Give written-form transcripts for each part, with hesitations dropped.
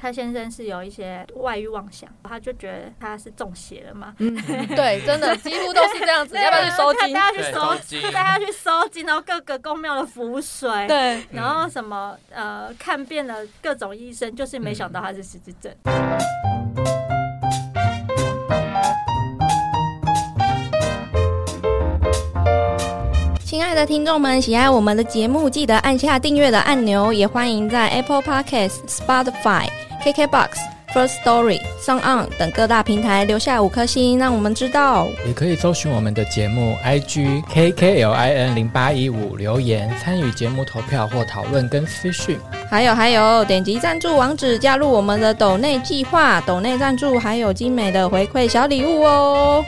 蔡先生是有一些外遇妄想，他就觉得他是中邪了嘛。 对，真的几乎都是这样子。要不要去收金？ 带他去收金，然后各个宫庙的符水， 对， 然后什么看遍了各种医生，就是没想到他是失智症。 亲爱的听众们，喜爱我们的节目，记得按下订阅的按钮，也欢迎在 Apple Podcast、Spotify、KKBOX、Firstory、SoundOn 等各大平台留下5颗星，让我们知道。 也可以搜寻我们的节目 IG KKLIN0815 留言，参与节目投票或讨论跟私讯。 还有，点击赞助网址加入我们的抖内计划，抖内赞助还有精美的回馈小礼物哦。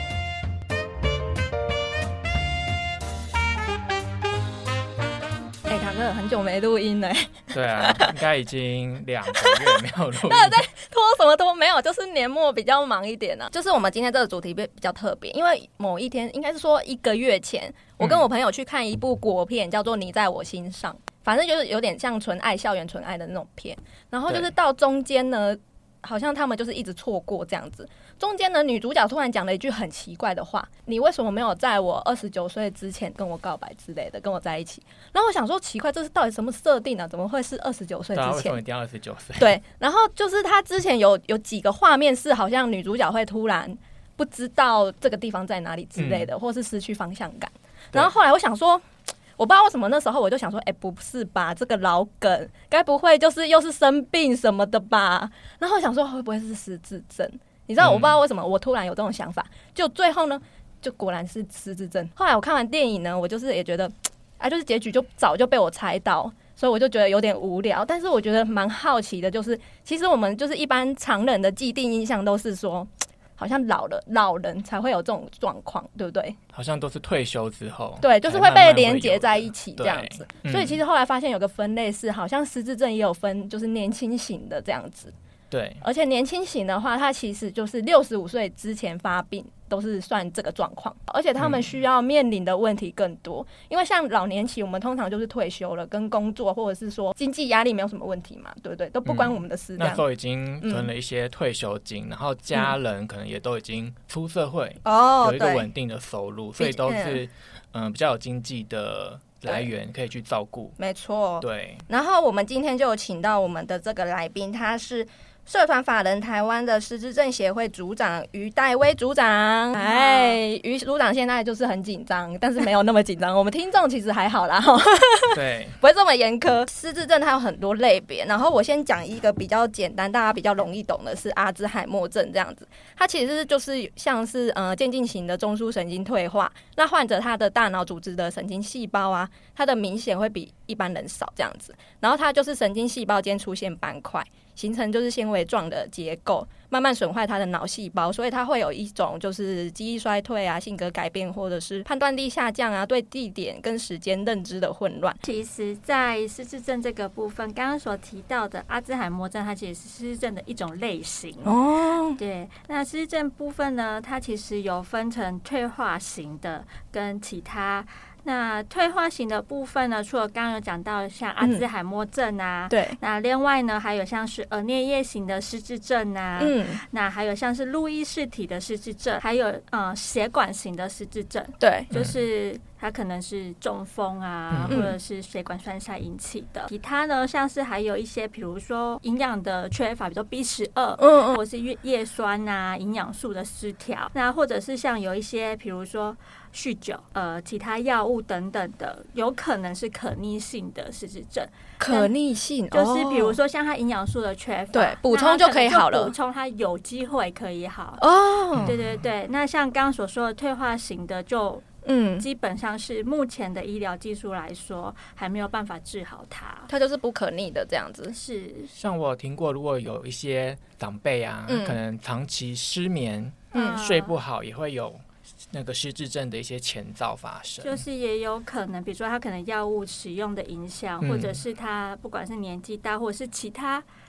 很久没录音了。 对啊，应该已经2个月没有录音。 那在拖什么都没有，就是年末比较忙一点啊。就是我们今天这个主题比较特别，因为某一天，应该是说1个月前，我跟我朋友去看一部国片，叫做《你在我心上》，反正就是有点像纯爱校园纯爱的那种片。然后就是到中间呢，好像他们就是一直错过这样子。中间呢，女主角突然讲了一句很奇怪的话：“你为什么没有在我29岁之前跟我告白之类的，跟我在一起？”然后我想说，奇怪，这是到底什么设定啊？怎么会是29岁之前？ 为什么一定要29岁？ 对，然后就是他之前有几个画面是好像女主角会突然不知道这个地方在哪里之类的，或是失去方向感。然后后来我想说，我不知道为什么那时候我就想说，不是吧，这个老梗该不会就是又是生病什么的吧？然后我想说，会不会是失智症？你知道我不知道为什么我突然有这种想法，就最后呢，就果然是失智症。后来我看完电影呢，我就是也觉得，就是结局就早就被我猜到，所以我就觉得有点无聊。但是我觉得蛮好奇的，就是其实我们就是一般常人的既定印象都是说，好像老人才会有这种状况，对不对？ 好像都是退休之后， 对，就是会被连结在一起这样子。 所以其实后来发现有个分类是，好像失智症也有分，就是年轻型的这样子。 对， 而且年轻型的话，它其实就是65岁之前发病都是算这个状况，而且他们需要面临的问题更多。因为像老年期，我们通常就是退休了，跟工作或者是说经济压力没有什么问题嘛，对不对？都不关我们的事。 那时候已经存了一些退休金，然后家人可能也都已经出社会，有一个稳定的收入，所以都是比较有经济的来源可以去照顾。 没错，对。然后我们今天就有请到我们的这个来宾，他是社团法人台湾的失智症协会组长于代薇组长。于组长现在就是很紧张，但是没有那么紧张。我们听众其实还好啦， 对， 不会这么严苛。失智症它有很多类别，然后我先讲一个比较简单，大家比较容易懂的是阿兹海默症这样子。它其实就是像是渐进型的中枢神经退化，那患者他的大脑组织的神经细胞啊，它的明显会比一般人少这样子。然后它就是神经细胞间出现斑块，形成就是纤维状的结构，慢慢损坏他的脑细胞，所以他会有一种就是记忆衰退啊、性格改变，或者是判断力下降啊、对地点跟时间认知的混乱。 其实在失智症这个部分，刚刚所提到的阿兹海默症，它其实是失智症的一种类型哦。对，那失智症部分呢，它其实有分成退化型的跟其他。那退化型的部分呢，除了刚刚有讲到像阿兹海默症啊， 对， 那另外呢还有像是额颞叶型的失智症啊，那还有像是路易氏体的失智症，还有血管型的失智症，对，就是它可能是中风啊，或者是血管栓塞引起的。其他呢，像是还有一些，比如说营养的缺乏，比如说 B12，或者是叶酸啊，营养素的失调，那或者是像有一些，比如说酗酒、其他药物等等的，有可能是可逆性的失智症。 可逆性就是比如说像它营养素的缺乏， 对，补充就可以好了。 补充它有机会可以好哦。对对对，那像刚刚所说的退化型的就。基本上是目前的医疗技术来说，还没有办法治好它， 它就是不可逆的这样子。 是， 像我有听过，如果有一些长辈啊，可能长期失眠，睡不好，也会有那个失智症的一些前兆发生。 就是也有可能，比如说他可能药物使用的影响，或者是他不管是年纪大，或者是其他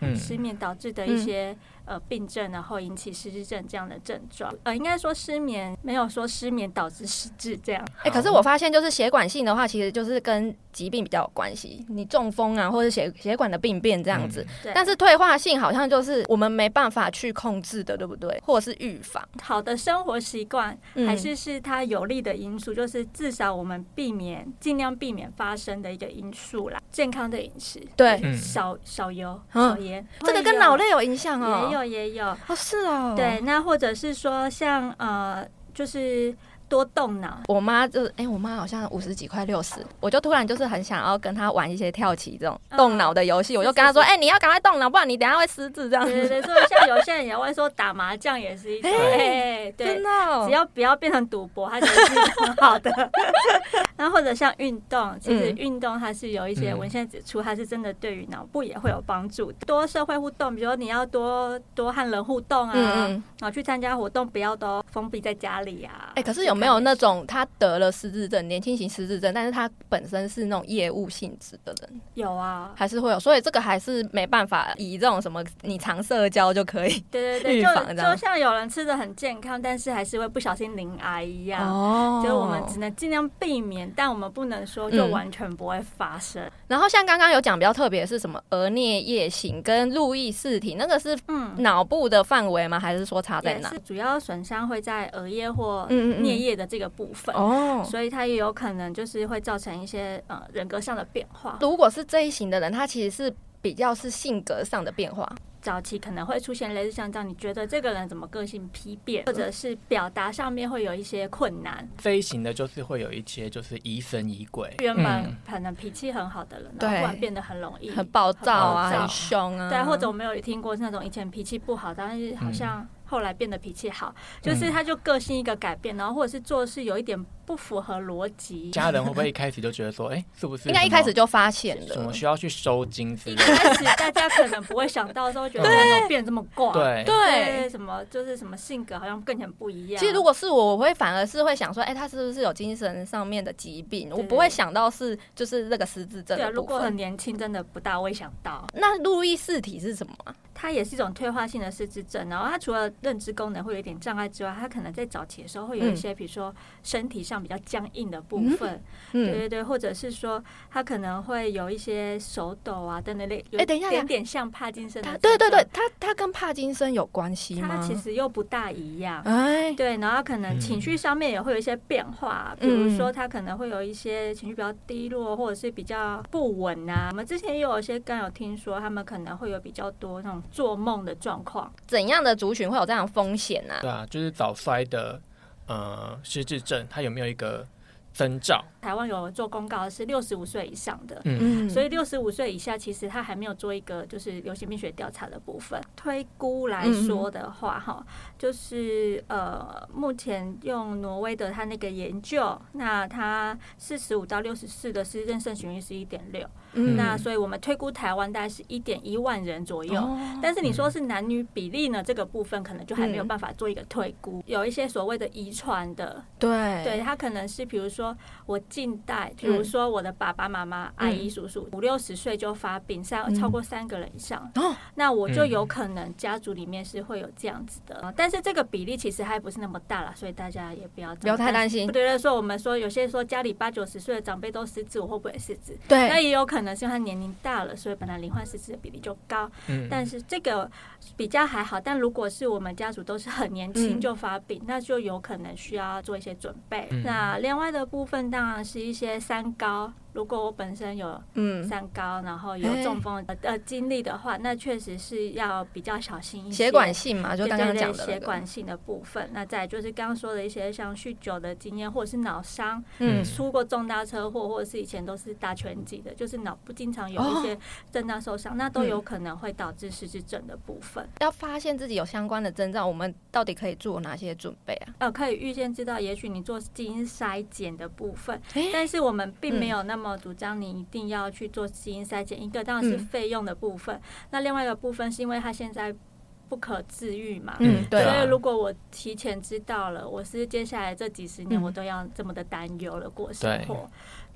失眠导致的一些病症，然后引起失智症这样的症状。应该说失眠，没有说失眠导致失智这样。 可是我发现就是血管性的话，其实就是跟疾病比较有关系，你中风啊，或者血管的病变这样子。但是退化性好像就是我们没办法去控制的，对不对？或者是预防。 好的生活习惯还是它有利的因素，就是至少我们尽量避免发生的一个因素啦。健康的饮食， 对， 少油、少盐， 这个跟脑类有影响哦。 也有哦，是哦。 对，那或者是说像就是多动脑。 我妈我妈好像50几快60，我就突然就是很想要跟她玩一些跳棋这种动脑的游戏，我就跟她说，你要赶快动脑，不然你等一下会失智这样子。 对，所以像有些人也会说打麻将也是一种，对， 真的哦， 只要不要变成赌博，它就是很好的。然后或者像运动，其实运动它是有一些文献指出，它是真的对于脑部也会有帮助。多社会互动，比如说你要多和人互动啊，然后去参加活动，不要都封闭在家里啊。 可是有没有那种他得了失智症，年轻型失智症，但是他本身是那种业务性质的人？ 有啊， 还是会有，所以这个还是没办法以这种什么你常社交就可以预防这样。 就像有人吃的很健康，但是还是会不小心罹癌一样，就是我们只能尽量避免，但我们不能说就完全不会发生。 然后像刚刚有讲比较特别的是什么额颞叶型跟路易氏体，那个是脑部的范围吗？还是说差在哪？ 是主要损伤会在额叶或颞叶的这个部分，所以它也有可能就是会造成一些人格上的变化。 如果是这一型的人，他其实是比较是性格上的变化。 早期可能会出现类似像这样，你觉得这个人怎么个性批变，或者是表达上面会有一些困难。 这一型的就是会有一些就是疑神疑鬼， 原本可能脾气很好的人，然后突然变得很容易很暴躁啊，很凶啊。 对，或者我没有听过那种以前脾气不好，但是好像后来变得脾气好，就是他就个性一个改变，然后或者是做事有一点不符合逻辑。 家人会不会一开始就觉得说，是不是应该一开始就发现了， 什么需要去收金之类的？一开始大家可能不会想到的时候，觉得怎么变这么怪？ 对， 什么就是什么性格好像跟以前不一样。 其实如果是我会反而是会想说，他是不是有精神上面的疾病？我不会想到是就是那个失智症的部分。 对，如果很年轻，真的不大会想到。 那路易氏体是什么？ 它也是一种退化性的失智症，然后它除了认知功能会有一点障碍之外，它可能在早期的时候会有一些，比如说身体上比较僵硬的部分，对，或者是说它可能会有一些手抖啊等等类， 等一下， 有点像帕金森的。 对，它跟帕金森有关系吗？ 它其实又不大一样，对，然后可能情绪上面也会有一些变化，比如说它可能会有一些情绪比较低落，或者是比较不稳啊。我们之前也有一些刚有听说，他们可能会有比较多那种做梦的状况。 怎样的族群会有这样的风险呢？ 对啊，就是早衰的失智症，它有没有一个征兆？ 台湾有做公告是65岁以上的，所以65岁以下其实他还没有做一个就是流行病学调查的部分。推估来说的话，就是目前用挪威的他那个研究，那他45到64的失智症盛行率是1.6，那所以我们推估台湾大概是1.1万人左右。但是你说是男女比例呢？这个部分可能就还没有办法做一个推估。有一些所谓的遗传的，对，他可能是比如说我近代，比如说我的爸爸妈妈、阿姨、叔叔50-60岁就发病，超过3个人以上，那我就有可能家族里面是会有这样子的。但是这个比例其实还不是那么大啦，所以大家也不要太担心。 对，说我们说有些说家里80-90岁的长辈都失智，我会不会失智？ 对， 那也有可能是因为他年龄大了，所以本来罹患失智的比例就高。但是这个比较还好。但如果是我们家族都是很年轻就发病，那就有可能需要做一些准备。那另外的部分当然是一些三高。如果我本身有三高，然后有中风的经历的话，那确实是要比较小心一些。 血管性嘛，就刚刚讲的血管性的部分。那再来就是刚刚说的一些像酗酒的经验，或者是脑伤，出过重大车祸，或者是以前都是打拳击的，就是脑部经常有一些震荡受伤，那都有可能会导致失智症的部分。 要发现自己有相关的征兆，我们到底可以做哪些准备啊？ 可以预先知道，也许你做基因筛检的部分，但是我们并没有那么主张你一定要去做基因筛检。一个当然是费用的部分，那另外一个部分是因为它现在不可治愈嘛， 对， 所以如果我提前知道了，我是接下来这几十年我都要这么的担忧了过生活。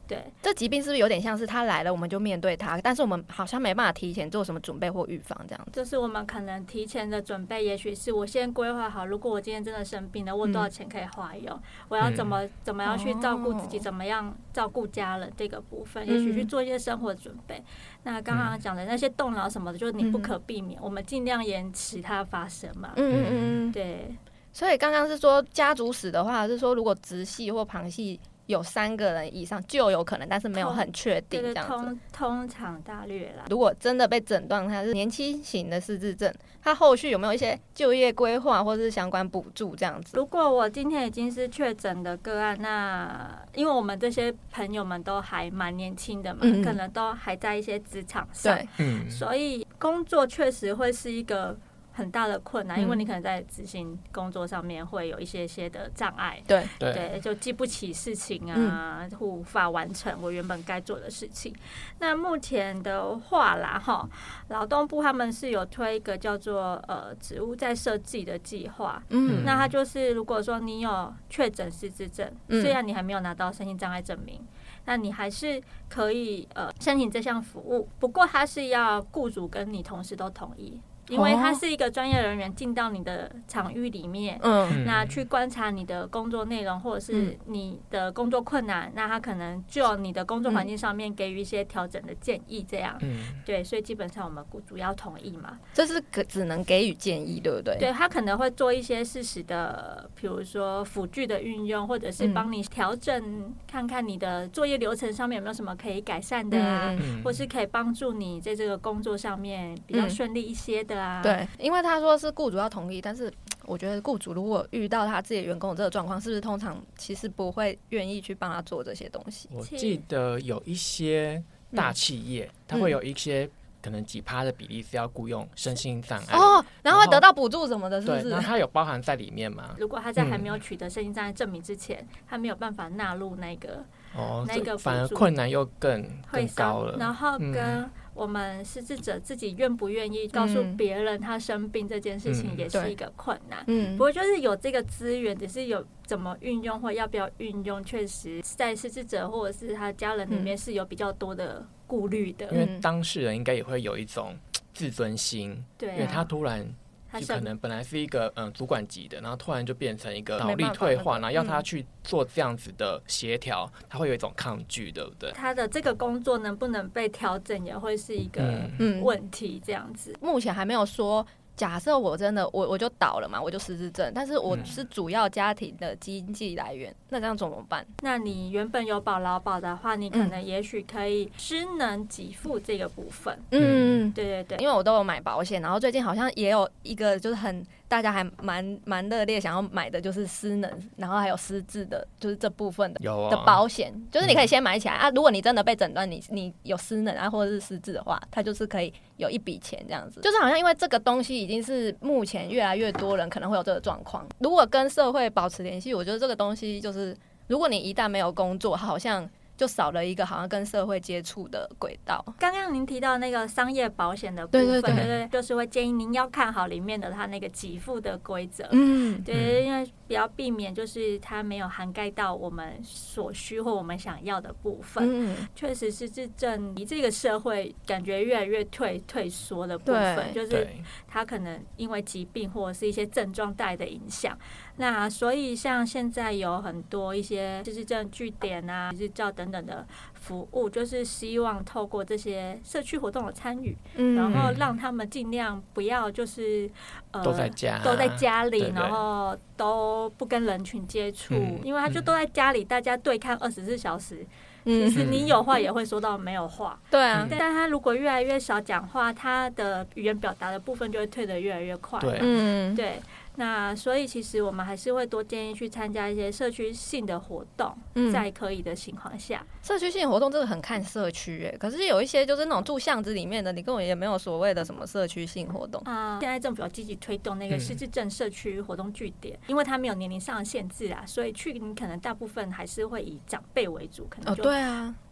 对， 这疾病是不是有点像是他来了我们就面对他，但是我们好像没办法提前做什么准备或预防这样子？ 就是我们可能提前的准备，也许是我先规划好，如果我今天真的生病了，我多少钱可以花用，我要怎么样去照顾自己，怎么样照顾家人这个部分，也许去做一些生活准备。那刚刚讲的那些动脑什么的，就是你不可避免，我们尽量延迟它发生嘛。对。 所以刚刚是说家族史的话，是说如果直系或旁系有3个人以上就有可能，但是没有很确定这样子。 通常大略啦。 如果真的被诊断他是年轻型的失智症，他后续有没有一些就业规划或是相关补助这样子？ 如果我今天已经是确诊的个案，那因为我们这些朋友们都还蛮年轻的嘛，可能都还在一些职场上，所以工作确实会是一个很大的困难，因为你可能在执行工作上面会有一些的障碍，对，就记不起事情啊，无法完成我原本该做的事情。那目前的话啦，劳动部他们是有推一个叫做职务再设计的计划，那它就是如果说你有确诊失智症，虽然你还没有拿到身心障碍证明，那你还是可以申请这项服务，不过它是要雇主跟你同事都同意。因为他是一个专业人员进到你的场域里面，那去观察你的工作内容或者是你的工作困难，那他可能就你的工作环境上面给予一些调整的建议，这样，对，所以基本上我们雇主要同意嘛， 这是只能给予建议，对不对？ 对，他可能会做一些适时的，比如说辅具的运用，或者是帮你调整，看看你的作业流程上面有没有什么可以改善的啊，或是可以帮助你在这个工作上面比较顺利一些的。 对，因为他说是雇主要同意，但是我觉得雇主如果遇到他自己的员工有这个状况，是不是通常其实不会愿意去帮他做这些东西？ 我记得有一些大企业，它会有一些可能几%的比例是要雇用身心障碍然后会得到补助什么的，是不是？ 对，那它有包含在里面吗？ 如果他在还没有取得身心障碍证明之前，他没有办法纳入那个补助， 反而困难又更高了。 然后跟我们失智者自己愿不愿意告诉别人他生病这件事情也是一个困难。不过就是有这个资源，只是有怎么运用或要不要运用，确实在失智者或者是他家人里面是有比较多的顾虑的。 因为当事人应该也会有一种自尊心， 对， 因为他突然就可能本来是一个主管级的，然后突然就变成一个脑力退化，然后要他去做这样子的协调，他会有一种抗拒，对不对？ 他的这个工作能不能被调整，也会是一个问题。这样子， 目前还没有说。假设我真的我就倒了嘛，我就失智症，但是我是主要家庭的经济来源，那这样怎么办？ 那你原本有保劳保的话，你可能也许可以失能给付这个部分。对， 因为我都有买保险，然后最近好像也有一个就是大家还蛮热烈想要买的，就是失能，然后还有失智的，就是这部分的的保险，就是你可以先买起来啊。如果你真的被诊断你有失能啊或者是失智的话，它就是可以有一笔钱这样子。就是好像因为这个东西已经是目前越来越多人可能会有这个状况，如果跟社会保持联系，我觉得这个东西就是如果你一旦没有工作，好像就少了一个好像跟社会接触的轨道。 刚刚您提到那个商业保险的部分，对，就是会建议您要看好里面的它那个给付的规则，对，因为比较避免就是它没有涵盖到我们所需或我们想要的部分。确实是失智症离这个社会感觉越来越退缩的部分，就是它可能因为疾病或者是一些症状带来的影响。那所以像现在有很多一些失智症据点啊、日照等等的服务，就是希望透过这些社区活动的参与，然后让他们尽量不要就是都在家里， 对， 然后都不跟人群接触，因为他就都在家里，大家对抗24小时。其实你有话也会说到没有话， 对啊。 但他如果越来越少讲话，他的语言表达的部分就会退得越来越快。对。那所以其实我们还是会多建议去参加一些社区性的活动，在可以的情况下。 社区性活动真的很看社区可是有一些就是那种住巷子里面的，你根本也没有所谓的什么社区性活动现在政府有积极推动那个失智症社区活动据点，因为它没有年龄上的限制啊，所以去你可能大部分还是会以长辈为主，可能就对啊。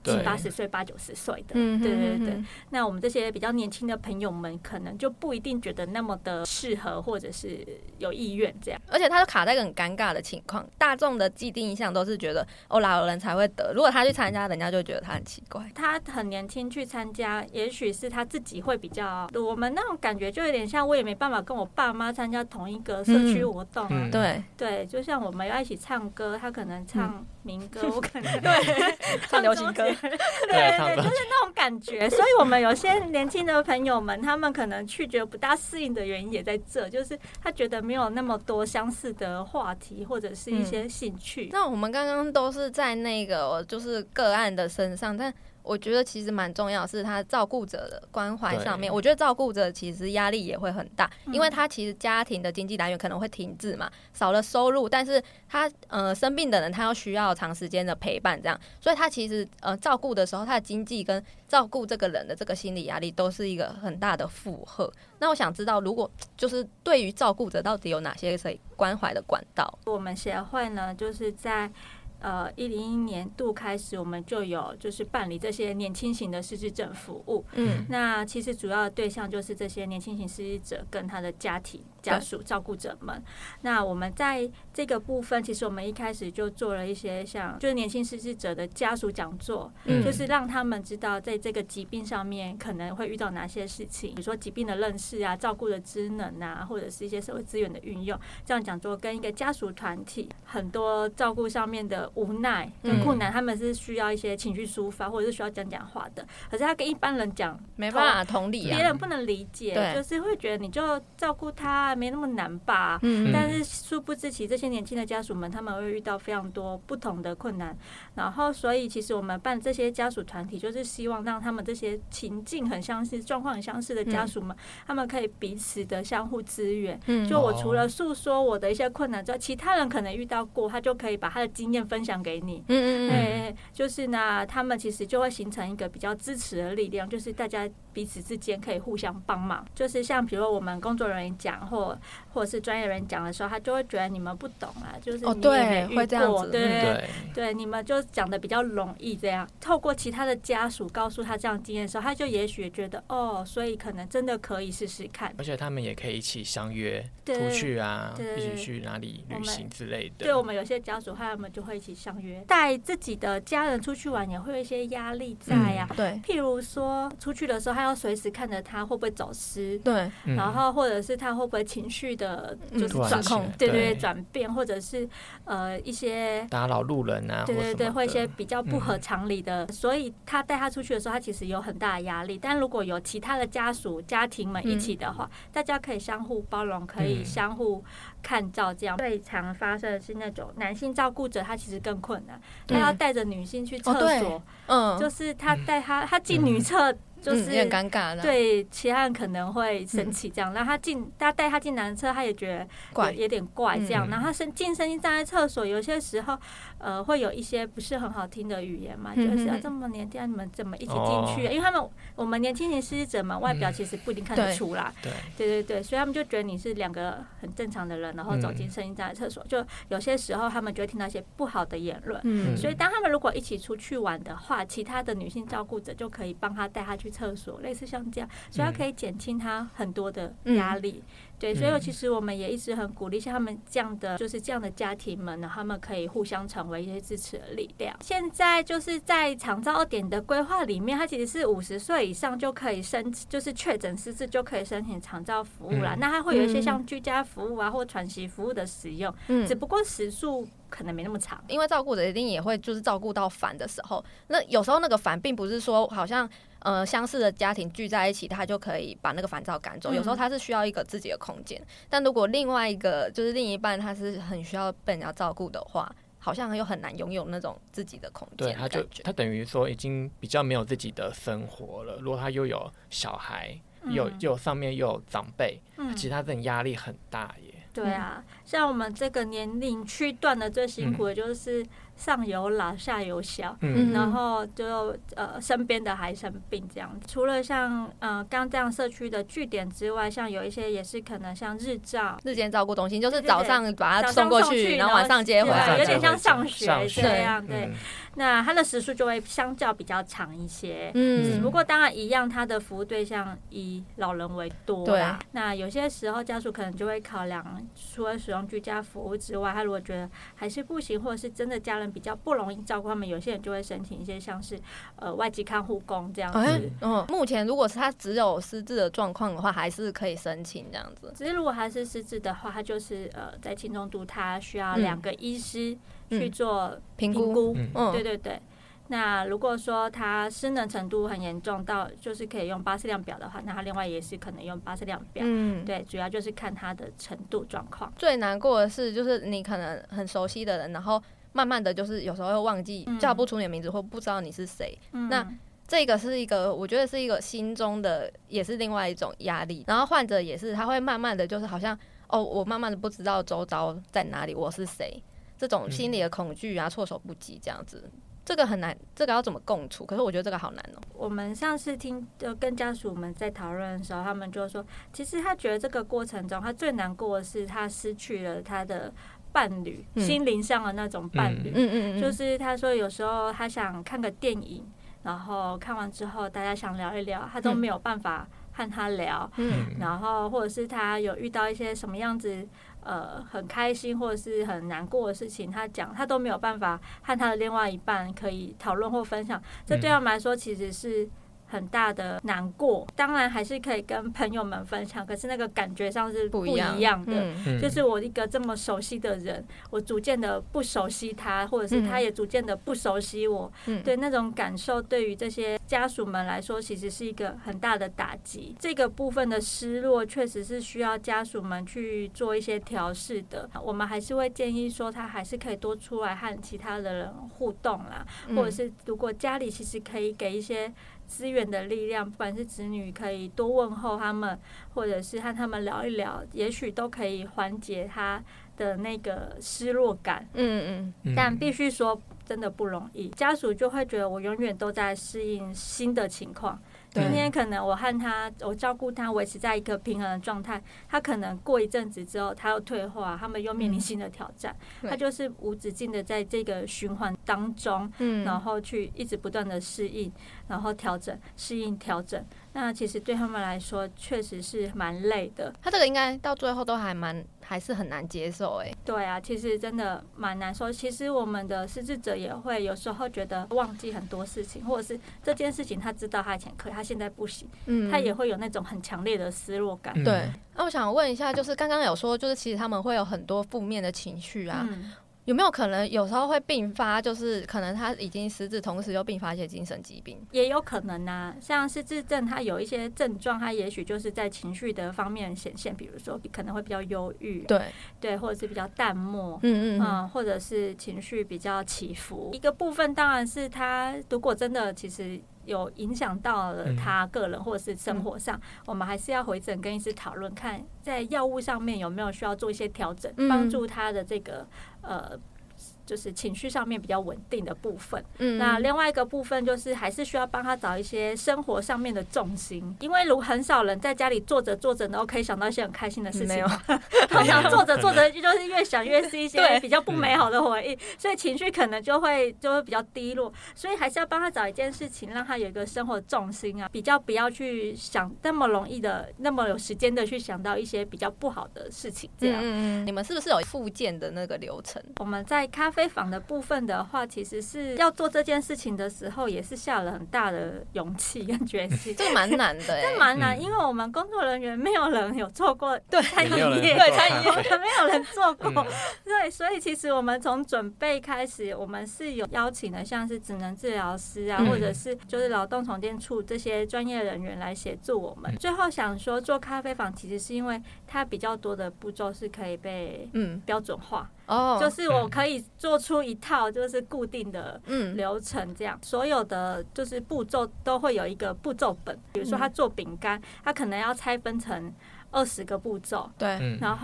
70-80岁、80-90岁的，对。那我们这些比较年轻的朋友们，可能就不一定觉得那么的适合，或者是有意愿这样。 而且他就卡在一个很尴尬的情况，大众的既定印象都是觉得老人才会得，如果他去参加，人家就觉得他很奇怪。 他很年轻去参加，也许是他自己会比较，我们那种感觉就有点像，我也没办法跟我爸妈参加同一个社区活动啊。对，就像我们要一起唱歌，他可能唱民歌，我可能对唱流行歌， 对，就是那种感觉。所以我们有些年轻的朋友们，他们可能去觉得不大适应的原因也在这，就是他觉得没有那么多相似的话题或者是一些兴趣。 那我们刚刚都是在那个就是个案的身上，但我觉得其实蛮重要的是他照顾者的关怀上面，我觉得照顾者其实压力也会很大，因为他其实家庭的经济来源可能会停滞嘛，少了收入，但是他生病的人他要需要长时间的陪伴这样，所以他其实照顾的时候，他的经济跟照顾这个人的这个心理压力都是一个很大的负荷。那我想知道，如果就是对于照顾者到底有哪些可以关怀的管道？ 我们协会呢，就是在101年度开始，我们就有就是办理这些年轻型的失智症服务。那其实主要的对象就是这些年轻型失智者跟他的家庭、家属、照顾者们。那我们在这个部分，其实我们一开始就做了一些像就是年轻失智者的家属讲座，就是让他们知道在这个疾病上面可能会遇到哪些事情，比如说疾病的认识啊、照顾的职能啊，或者是一些社会资源的运用。这样讲座跟一个家属团体，很多照顾上面的无奈跟困难，他们是需要一些情绪抒发，或者是需要讲话的。可是他跟一般人讲没办法同理， 别人不能理解，就是会觉得你就照顾他没那么难吧。但是殊不知，其实这些年轻的家属们，他们会遇到非常多不同的困难。然后，所以其实我们办这些家属团体，就是希望让他们这些情境很相似、状况很相似的家属们，他们可以彼此的相互支援。就我除了诉说我的一些困难之外，其他人可能遇到过，他就可以把他的经验分享给你。就是呢，他们其实就会形成一个比较支持的力量，就是大家彼此之间可以互相帮忙。就是像比如我们工作人员讲，或者是专业人员讲的时候，他就会觉得你们不懂啊，就是你也没遇过，对，你们就讲的比较容易这样。透过其他的家属告诉他这样经验的时候，他就也许觉得所以可能真的可以试试看。 而且他们也可以一起相约出去啊，一起去哪里旅行之类的。 对，我们有些家属他们就会一起相约，带自己的家人出去玩也会有一些压力在啊。 对， 譬如说出去的时候，他要随时看着他会不会走失， 对， 然后或者是他会不会情绪的就是转控，对，转变，或者是一些打扰路人啊， 对，会一些比较不合常理的，所以他带他出去的时候，他其实有很大的压力。但如果有其他的家属、家庭们一起的话，大家可以相互包容，可以相互看照。这样最常发生的是那种男性照顾者，他其实更困难，他要带着女性去厕所，就是他带他进女厕。就是有点尴尬的， 对其他人可能会生气这样，然后他带他进男厕，他也觉得有点怪这样，然后他身体站在厕所，有些时候会有一些不是很好听的语言嘛，就是这么年轻你们怎么一起进去？因为我们年轻人失智者们外表其实不一定看得出来，对，所以他们就觉得你是两个很正常的人，然后走进声音站在厕所，就有些时候他们就会听到一些不好的言论，所以当他们如果一起出去玩的话，其他的女性照顾者就可以帮他带他去厕所，类似像这样，所以他可以减轻他很多的压力。对，所以其实我们也一直很鼓励像他们这样的，就是这样的家庭们呢，他们可以互相成为一些支持的力量。现在就是在长照2.0的规划里面，它其实是50岁以上就可以就是确诊失智就可以申请长照服务啦。那它会有一些像居家服务啊或喘息服务的使用，只不过时数可能没那么长， 因为照顾者一定也会就是照顾到烦的时候，那有时候那个烦并不是说好像相似的家庭聚在一起，他就可以把那个烦躁赶走。有时候他是需要一个自己的空间，但如果另外一个就是另一半他是很需要被人家照顾的话，好像又很难拥有那种自己的空间。 对，他等于说已经比较没有自己的生活了。如果他又有小孩，又上面又有长辈，其实他这种压力很大耶。 对啊，像我们这个年龄区段的最辛苦的就是上有老下有小，然后就身边的还生病这样。除了像刚这样社区的据点之外，像有一些也是可能像日间照顾中心，就是早上把他送过去，然后晚上接回来， 有点像上学这样。对，那他的时数就会相较比较长一些。只不过当然一样，他的服务对象以老人为多啦。那有些时候家属可能就会考量，除了使用居家服务之外，他如果觉得还是不行，或者是真的家人比较不容易照顾他们，有些人就会申请一些像是外籍看护工这样子。 目前如果是他只有失智的状况的话，还是可以申请这样子。 只是如果还是失智的话，他就是在轻重度，他需要2个医师去做评估。对对对。那如果说他失能程度很严重到就是可以用巴氏量表的话，那他另外也是可能用巴氏量表。对，主要就是看他的程度状况。 最难过的是，就是你可能很熟悉的人，然后慢慢的就是有时候会忘记，叫不出你的名字或不知道你是谁。那这个是一个，我觉得是一个心中的，也是另外一种压力。然后患者也是，他会慢慢的就是好像我慢慢的不知道周遭在哪里，我是谁，这种心理的恐惧啊，措手不及这样子。这个很难，这个要怎么共处？可是我觉得这个好难哦。 我们上次跟家属们在讨论的时候，他们就说，其实他觉得这个过程中，他最难过的是他失去了他的伴侣，心灵上的那种伴侣。就是他说有时候他想看个电影，然后看完之后大家想聊一聊，他都没有办法和他聊。然后或者是他有遇到一些什么样子很开心或者是很难过的事情，他都没有办法和他的另外一半可以讨论或分享，这对他们来说其实是很大的难过。当然还是可以跟朋友们分享，可是那个感觉上是不一样的。就是我一个这么熟悉的人，我逐渐的不熟悉他，或者是他也逐渐的不熟悉我。对，那种感受对于这些家属们来说其实是一个很大的打击。这个部分的失落确实是需要家属们去做一些调试的。我们还是会建议说他还是可以多出来和其他的人互动啦，或者是如果家里其实可以给一些资源的力量，不管是子女可以多问候他们，或者是和他们聊一聊，也许都可以缓解他的那个失落感。但必须说真的不容易，家属就会觉得我永远都在适应新的情况。今天可能我照顾他维持在一个平衡的状态，他可能过一阵子之后他又退化，他们又面临新的挑战，他就是无止境的在这个循环当中，然后去一直不断的适应，然后调整，适应调整。那其实对他们来说确实是蛮累的。 他这个应该到最后都还是很难接受。 对啊，其实真的蛮难受。其实我们的失智者也会有时候觉得忘记很多事情，或者是这件事情他知道他以前可以，他现在不行，他也会有那种很强烈的失落感。 对，那我想问一下，就是刚刚有说，就是其实他们会有很多负面的情绪啊。有没有可能有时候会并发，就是可能他已经失智，同时又并发一些精神疾病？ 也有可能啊，像失智症，它有一些症状，它也许就是在情绪的方面显现，比如说可能会比较忧郁，对，或者是比较淡漠，或者是情绪比较起伏。一个部分当然是他如果真的其实有影响到了他个人或者是生活上，我们还是要回诊跟医师讨论，看在药物上面有没有需要做一些调整，帮助他的这个就是情绪上面比较稳定的部分。那另外一个部分就是还是需要帮他找一些生活上面的重心，因为很少人在家里坐着坐着然后可以想到一些很开心的事情，通常坐着坐着就是越想越是一些比较不美好的回忆，所以情绪可能就会比较低落。所以还是要帮他找一件事情，让他有一个生活重心啊，比较不要去想那么容易的那么有时间的去想到一些比较不好的事情这样。 你们是不是有复健的那个流程？ 我们在咖啡坊的部分的话，其实是要做这件事情的时候，也是下了很大的勇气跟决心。 这个蛮难的， 这蛮难，因为我们工作人员没有人有做过餐饮业， 餐饮业没有人做过。对，所以其实我们从准备开始，我们是有邀请的，像是职能治疗师啊，或者是就是劳动重建处这些专业人员来协助我们。最后想说，做咖啡坊其实是因为它比较多的步骤是可以被标准化。就是我可以做出一套就是固定的流程，这样所有的就是步骤都会有一个步骤本。比如说他做饼干，他可能要拆分成20个步骤， 对， 然后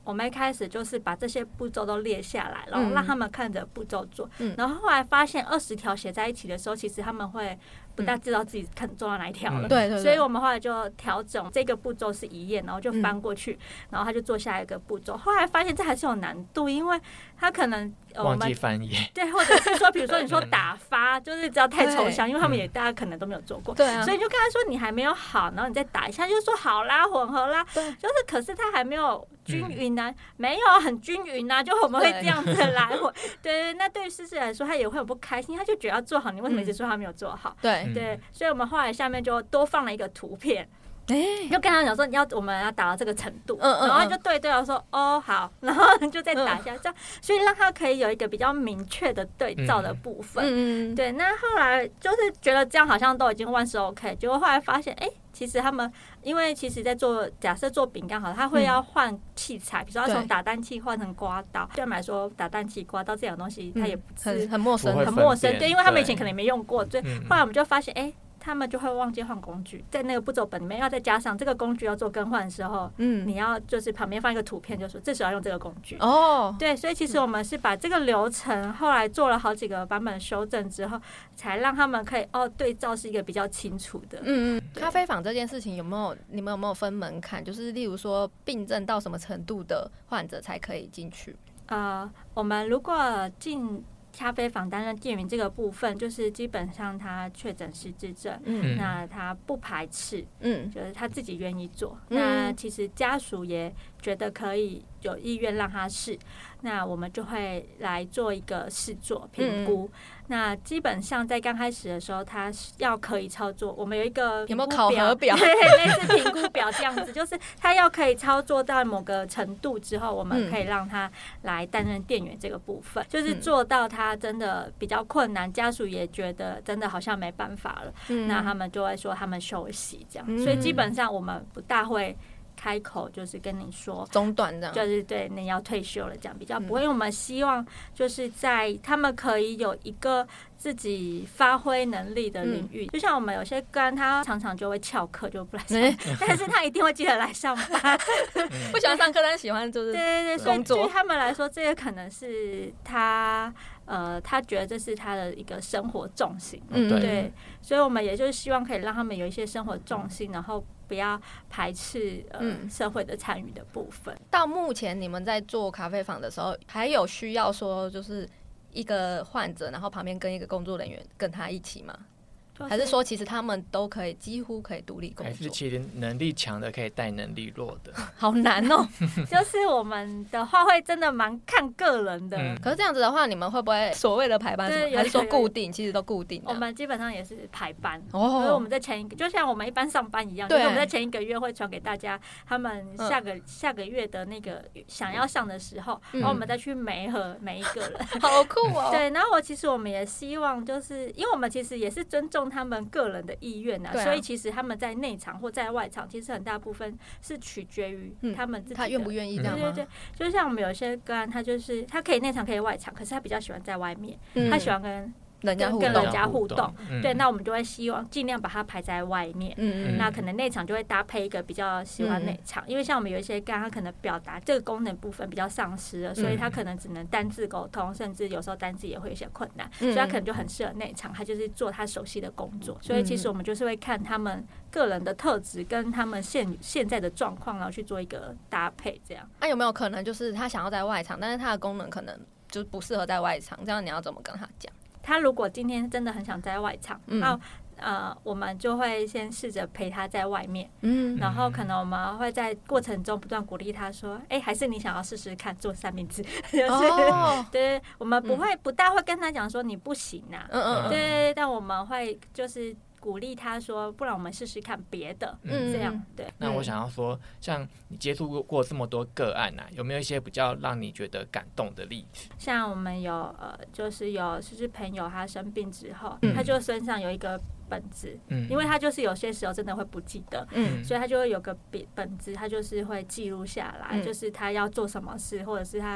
我们一开始就是把这些步骤都列下来，然后让他们看着步骤做，然后后来发现20条写在一起的时候，其实他们会不大知道自己做到哪一条了， 对， 所以我们后来就调整这个步骤是1页，然后就翻过去，然后他就做下一个步骤。后来发现这还是有难度，因为他可能忘记翻页， 对，或者是说，比如说你说打发，就是只要太抽象，因为他们也大家可能都没有做过， 对啊， 所以就跟他说你还没有好，然后你再打一下，就说好啦，混合啦， 对， 就是可是他还没有均匀啊，没有很均匀啊，就我们会这样子来回，对，那对于诗诗来说，他也会很不开心，他就觉得要做好，你为什么一直说他没有做好？对，所以我们后来下面就多放了一个图片。就跟他讲说我们要达到这个程度，然后就对我说哦好，然后就再打一下，这样，所以让他可以有一个比较明确的对照的部分。对，那后来就是觉得这样好像都已经万事 OK， 结果后来发现，其实他们因为其实在假设做饼干好了，他会要换器材，比如说要从打蛋器换成刮刀。对他们来说，打蛋器、刮刀这种东西，他也不是很陌生， 对，因为他们以前可能也没用过，所以后来我们就发现，他们就会忘记换工具，在那个步骤本里面要再加上这个工具要做更换的时候，你要就是旁边放一个图片，就说这时候要用这个工具。对，所以其实我们是把这个流程后来做了好几个版本修正之后，才让他们可以对照是一个比较清楚的。 咖啡坊这件事情你们有没有分门槛？就是例如说病症到什么程度的患者才可以进去？ 我们如果进咖啡坊担任店员这个部分，就是基本上他确诊失智症，那他不排斥，就是他自己愿意做。那其实家属也觉得可以有意愿让他试，那我们就会来做一个试做评估。那基本上在刚开始的时候，他要可以操作，我们有一个有没有考核表？ 对，类似评估表这样子，就是他要可以操作到某个程度之后，我们可以让他来担任店员这个部分，就是做到他真的比较困难，家属也觉得真的好像没办法了，那他们就会说他们休息这样，所以基本上我们不大会开口就是跟你说中断这样， 就是对你要退休了这样，比较不会。因为我们希望就是在他们可以有一个自己发挥能力的领域，就像我们有些个案他常常就会翘课就不来上班，但是他一定会记得来上班。 不喜欢上课但喜欢就是对，所以对他们来说，这个可能是他觉得这是他的一个生活重心，对，所以我们也就是希望可以让他们有一些生活重心，然后不要排斥社会的参与的部分。 到目前你们在做咖啡坊的时候，还有需要说就是一个患者，然后旁边跟一个工作人员跟他一起吗？还是说其实他们都可以几乎可以独立工作？ 还是其实能力强的可以带能力弱的？ 好难哦。 就是我们的话会真的蛮看个人的。 可是这样子的话，你们会不会所谓的排班什么？还是说固定？其实都固定的。 我们基本上也是排班，所以我们在前一个就像我们一般上班一样，就是我们在前一个月会传给大家他们下个月的那个想要上的时候，然后我们再去媒合每一个人。 好酷哦！ 对，然后其实我们也希望，就是因为我们其实也是尊重他们个人的意愿所以其实他们在内场或在外场，其实很大部分是取决于他们自己的他愿不愿意这样吗？ 对，就像我们有些个案，他可以内场可以外场，可是他比较喜欢在外面，他喜欢跟人家互动，对，那我们就会希望尽量把它排在外面。那可能内场就会搭配一个比较喜欢内场，因为像我们有一些个案，他可能表达这个功能部分比较丧失了，所以他可能只能单字沟通，甚至有时候单字也会有些困难，所以他可能就很适合内场，他就是做他熟悉的工作。所以其实我们就是会看他们个人的特质跟他们现在的状况，然后去做一个搭配。这样， 有没有可能就是他想要在外场，但是他的功能可能就不适合在外场？这样你要怎么跟他讲？ 他如果今天真的很想在外场，那我们就会先试着陪他在外面，然后可能我们会在过程中不断鼓励他说，还是你想要试试看做三明治，就是对，我们不大会跟他讲说你不行啊，对，但我们会就是鼓励他说，不然我们试试看别的，这样对。 那我想要说，像你接触过这么多个案有没有一些比较让你觉得感动的例子？ 像我们有就是朋友他生病之后，他就身上有一个本子，因为他就是有些时候真的会不记得，所以他就会有个本子，他就是会记录下来，就是他要做什么事，或者是他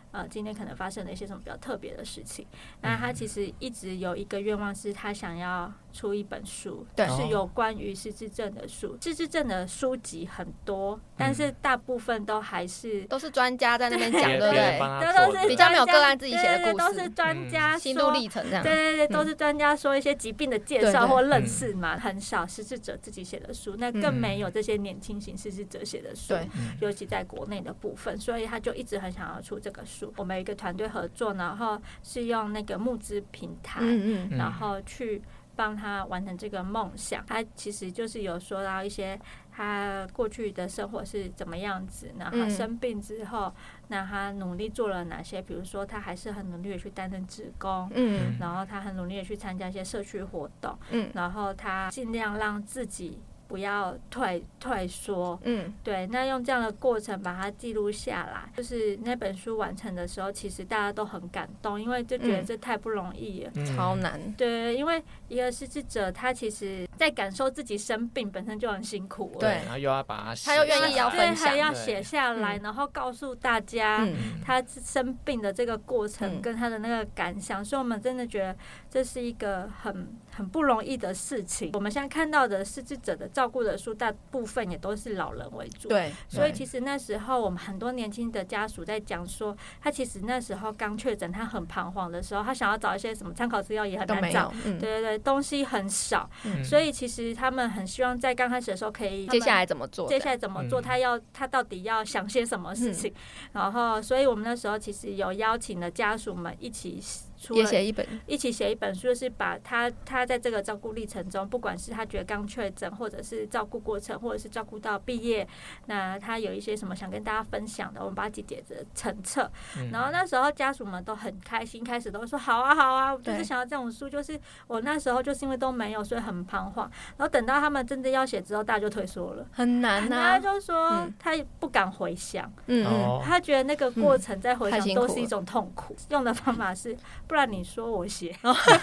今天可能发生了一些什么比较特别的事情。那他其实一直有一个愿望，是他想要出一本书，是有关于失智症的书。失智症的书籍很多，但是大部分都是专家在那边讲，对不对？ 都是比较没有个案自己写的故事， 都是专家心路历程这样。 对，都是专家说一些疾病的介绍或认识嘛，很少失智者自己写的书，那更没有这些年轻型失智者写的书，尤其在国内的部分，所以他就一直很想要出这个书。我们有一个团队合作，然后是用那个募资平台，然后去帮他完成这个梦想。他其实就是有说到一些他过去的生活是怎么样子，然后生病之后，那他努力做了哪些？比如说，他还是很努力的去担任志工，然后他很努力的去参加一些社区活动，然后他尽量让自己不要退缩，对，那用这样的过程把它记录下来，就是那本书完成的时候，其实大家都很感动，因为就觉得这太不容易了， 超难。 对，因为一个失智者，他其实在感受自己生病本身就很辛苦了， 对，然后又要把他又愿意要分享， 还要写下来，然后告诉大家他生病的这个过程跟他的那个感想，所以我们真的觉得这是一个很不容易的事情。我们现在看到的失智者的照顾的书，大部分也都是老人为主， 对， 所以其实那时候我们很多年轻的家属在讲说，他其实那时候刚确诊，他很彷徨的时候，他想要找一些什么参考资料也很难找，对，东西很少，所以其实他们很希望在刚开始的时候可以接下来怎么做， 他到底要想些什么事情，然后所以我们那时候其实有邀请了家属们一起写一本书，就是把他在这个照顾历程中，不管是他觉得刚确诊，或者是照顾过程，或者是照顾到毕业，那他有一些什么想跟大家分享的，我们把它集结成成册。然后那时候家属们都很开心，开始都说好啊，我就是想要这种书，就是我那时候就是因为都没有，所以很彷徨。然后等到他们真的要写之后，大家就退缩了， 很难啊。 他就说他不敢回想，他觉得那个过程再回想都是一种痛苦。用的方法是，不然你说我写，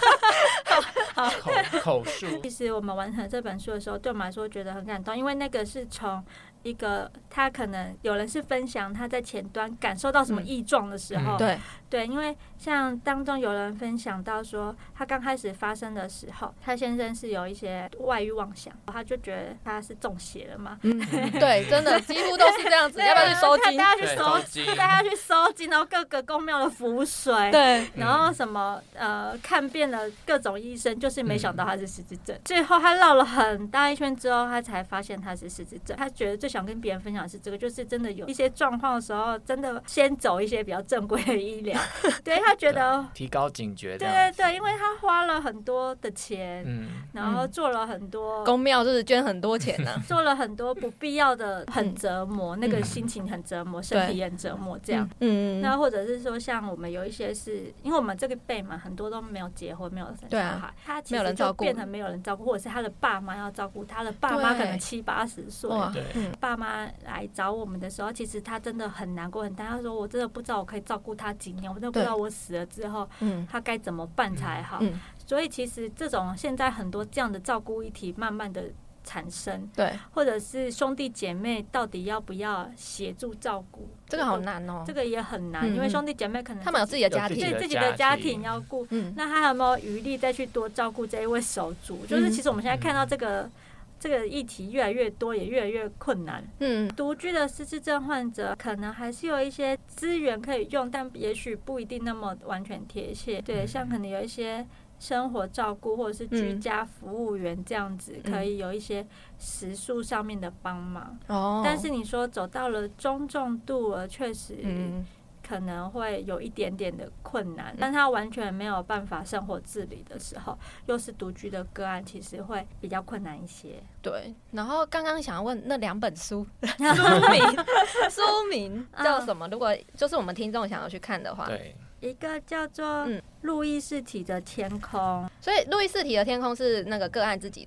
口述。 其实我们完成这本书的时候，对我们来说觉得很感动，因为那个是从一个他可能有人是分享他在前端感受到什么异状的时候，对，因为像当中有人分享到说，他刚开始发生的时候，他先生是有一些外遇妄想，他就觉得他是中邪了嘛， 对，真的几乎都是这样子，要不要去收金？ 大家去收金，然后各个宫庙的符水， 对， 然后什么看遍了各种医生，就是没想到他是失智症。最后他绕了很大一圈之后，他才发现他是失智症。他觉得最想跟别人分享的是这个，就是真的有一些状况的时候，真的先走一些比较正规的医疗。对，他觉得提高警觉， 对，因为他花了很多的钱，然后做了很多公庙，就是捐很多钱呢， 做了很多不必要的，很折磨，那个心情很折磨，身体也很折磨，这样。那或者是说，像我们有一些是因为我们这个辈嘛，很多都没有结婚，没有生小孩，他其实就变成没有人照顾，或者是他的爸妈要照顾，他的爸妈可能70-80岁，爸妈来找我们的时候，其实他真的很难过，很担心。他说：“我真的不知道我可以照顾他几年，我真的不知道我死了之后，他该怎么办才好。”所以其实这种现在很多这样的照顾议题，慢慢的产生， 对， 或者是兄弟姐妹到底要不要协助照顾， 这个好难哦， 这个也很难，因为兄弟姐妹可能他们有自己的家庭， 自己的家庭要顾，那他有没有余力再去多照顾这一位手足？就是其实我们现在看到这个议题越来越多，也越来越困难。独居的失智症患者可能还是有一些资源可以用，但也许不一定那么完全贴切。对，像可能有一些生活照顾或者是居家服务员这样子，可以有一些时数上面的帮忙。但是你说走到了中重度了，确实可能会有一点点的困难，但他完全没有办法生活自理的时候，又是独居的个案，其实会比较困难一些。 对，然后刚刚想要问那2本书书名叫什么？如果就是我们听众想要去看的话， 对， 一个叫做路易士体的天空， 所以路易士体的天空是那个个案自己的。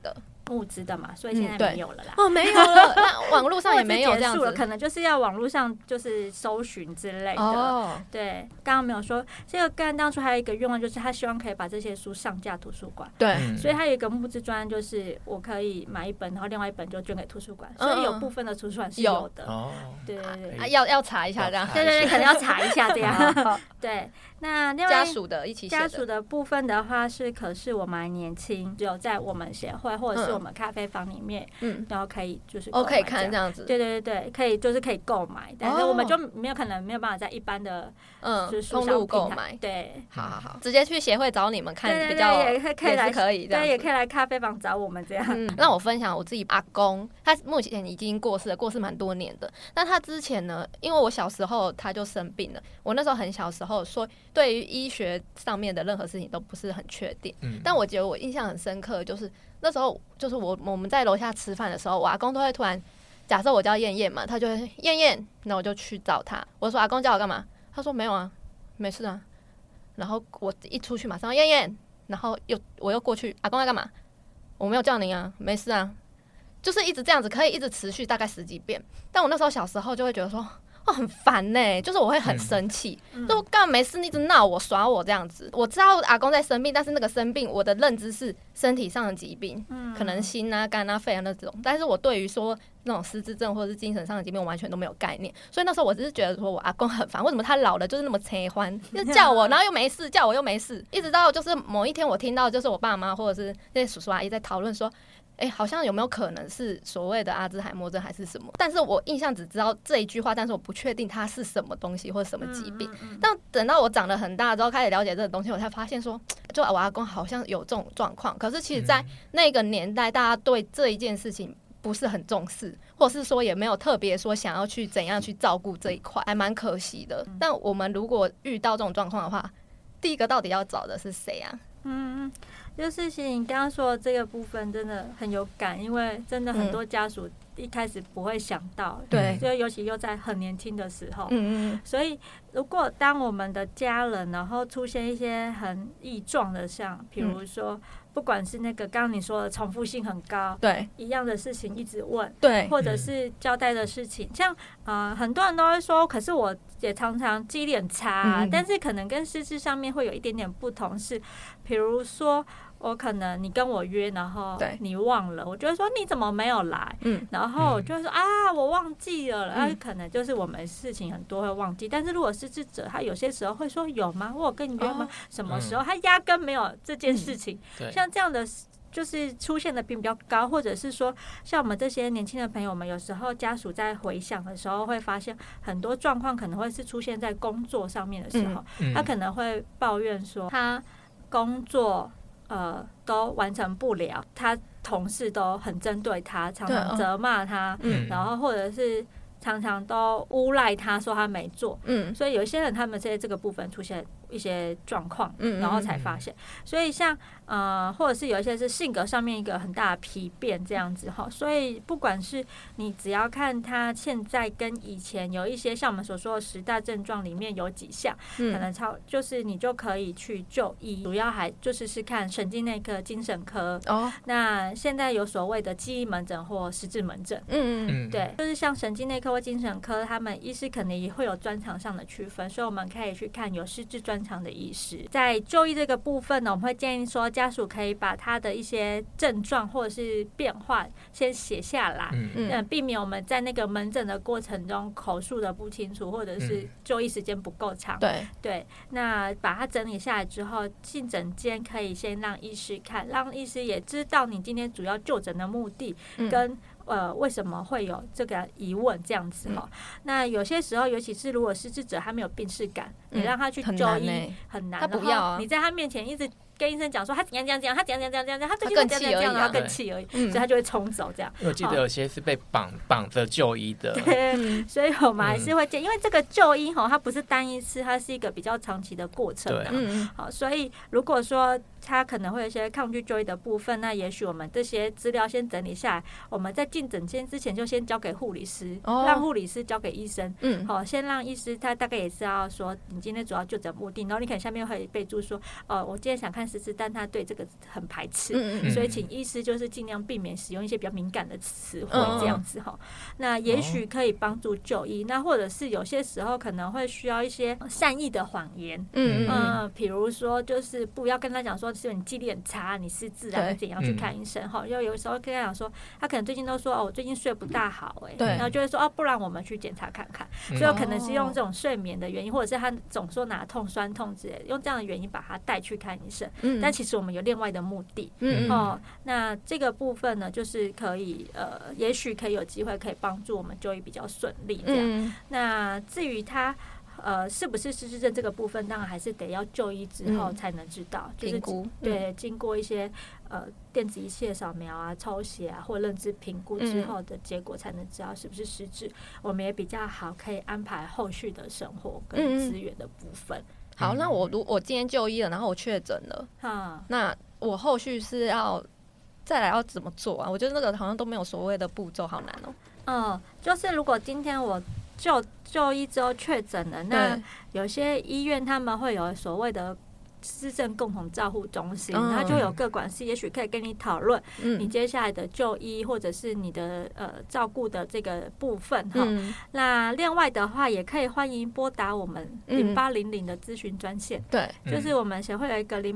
募资的嘛，所以现在没有了啦。 没有了，那网络上也没有这样子， 可能就是要网络上就是搜寻之类的。对，刚刚没有说这个个案当初还有一个愿望，就是他希望可以把这些书上架图书馆。 对， 所以他有一个募资专案，就是我可以买一本，然后另外一本就捐给图书馆。所以有部分的图书馆是有的。对对对， 要查一下这样。 对对对，可能要查一下这样。对，那另外家属的一起家属的部分的话是，可是我们还年轻，只有在我们协会或者是我们咖啡房里面，然后可以就是可以看这样子。 对对对对，可以就是可以购买，但是我们就没有办法在一般的就是通路购买。 对， 好，直接去协会找你们看比较也可以来， 可以对，也可以来咖啡房找我们这样。 让我分享我自己阿公，他目前已经过世蛮多年的，但他之前呢，因为我小时候他就生病了，我那时候很小时候，所以对于医学上面的任何事情都不是很确定。但我觉得我印象很深刻，就是那时候就是我们在楼下吃饭的时候，我阿公都会突然，假设我叫燕燕嘛，他就会燕燕，那我就去找他，我说阿公叫我干嘛？他说没有啊，没事啊。然后我一出去马上燕燕，然后我又过去，阿公在干嘛？我没有叫您啊，没事啊。就是一直这样子，可以一直持续大概10几遍。但我那时候小时候就会觉得说，很烦呢，就是我会很生气，就干嘛没事你一直闹我耍我这样子。我知道阿公在生病，但是那个生病我的认知是身体上的疾病，可能心啊、肝啊、肺啊那种。但是我对于说那种失智症或者是精神上的疾病，我完全都没有概念。所以那时候我只是觉得说我阿公很烦，为什么他老了就是那么催欢，就叫我，然后又没事，叫我又没事。一直到就是某一天我听到就是我爸妈或者是那些叔叔阿姨在讨论说，好像有没有可能是所谓的阿兹海默症还是什么？但是我印象只知道这一句话，但是我不确定它是什么东西或者什么疾病。但等到我长得很大之后，开始了解这个东西，我才发现说，就我阿公好像有这种状况。可是其实，在那个年代，大家对这一件事情不是很重视，或是说也没有特别说想要去怎样去照顾这一块，还蛮可惜的。但我们如果遇到这种状况的话，第一个到底要找的是谁啊？ 就是其实你刚刚说的这个部分真的很有感，因为真的很多家属一开始不会想到， 对， 就尤其又在很年轻的时候，所以如果当我们的家人然后出现一些很异状的，像比如说不管是那个刚刚你说的重复性很高， 对， 一样的事情一直问， 对， 或者是交代的事情，像很多人都会说，可是我也常常记忆力很差，但是可能跟失智上面会有一点点不同，是比如说我可能你跟我约，然后你忘了，我就会说你怎么没有来？然后我就会说我忘记了，然后可能就是我们事情很多会忘记，但是如果失智者，他有些时候会说有吗？我有跟你约吗？什么时候？他压根没有这件事情。像这样的就是出现的比较高，或者是说像我们这些年轻的朋友们，有时候家属在回想的时候会发现很多状况可能会是出现在工作上面的时候，他可能会抱怨说他工作都完成不了，他同事都很针对他，常常责骂他，然后或者是常常都诬赖他说他没做，所以有一些人他们在这个部分出现一些状况，然后才发现。所以像或者是有一些是性格上面一个很大的疲变这样子哈。所以不管是你只要看他现在跟以前有一些像我们所说的10大症状里面有几项，可能就是你就可以去就医，主要还就是看神经内科、精神科。那现在有所谓的记忆门诊或失智门诊，对，就是像神经内科或精神科，他们医师可能也会有专长上的区分，所以我们可以去看有失智专长的医师。在就医这个部分呢，我们会建议说家属可以把他的一些症状或者是变化先写下来，避免我们在那个门诊的过程中口述的不清楚，或者是就医时间不够长。对，那把它整理下来之后，进诊间可以先让医师看，让医师也知道你今天主要就诊的目的跟为什么会有这个疑问这样子那有些时候，尤其是如果失智者他没有病识感，你让他去就医很难， 他不要你在他面前一直跟医生讲说他怎样，他最近更气而已，他更气而已，所以他就会冲走这样。 我记得有些是被绑着就医的， 对，所以我们还是会建议，因为这个就医它不是单一次，它是一个比较长期的过程好，所以如果说他可能会有一些抗拒就医的部分，那也许我们这些资料先整理下来，我们在进诊间之前就先交给护理师，让护理师交给医生，先让医师他大概也是要说你今天主要就诊目的，然后你可能下面会备注说，我今天想看实质，但他对这个很排斥，所以请医师就是尽量避免使用一些比较敏感的词汇这样子哈。那也许可以帮助就医，那或者是有些时候可能会需要一些善意的谎言，比如说就是不要跟他讲说是你记忆力很差，你失智啊，怎样去看医生哈。要有时候跟他讲说，他可能最近都说我最近睡不大好然后就会说不然我们去检查看看，所以有可能是用这种睡眠的原因，或者是他总说哪痛酸痛之类的，用这样的原因把他带去看医生，但其实我们有另外的目的，那这个部分呢，就是可以也许可以有机会可以帮助我们就医比较顺利这样。那至于他是不是失智症这个部分，当然还是得要就医之后才能知道，就是对经过一些电子仪器的扫描啊、抽血啊或认知评估之后的结果，才能知道是不是失智。我们也比较好可以安排后续的生活跟资源的部分。 好，那我今天就医了，然后我确诊了，那我后续是要再来要怎么做啊？我觉得那个好像都没有所谓的步骤，好难就是如果今天我就医之后确诊了，那有些医院他们会有所谓的失智症共同照护中心，它就有个管事，也许可以跟你讨论你接下来的就医或者是你的照顾的这个部分那另外的话，也可以欢迎拨打我们0800的咨询专线，对，就是我们协会有一个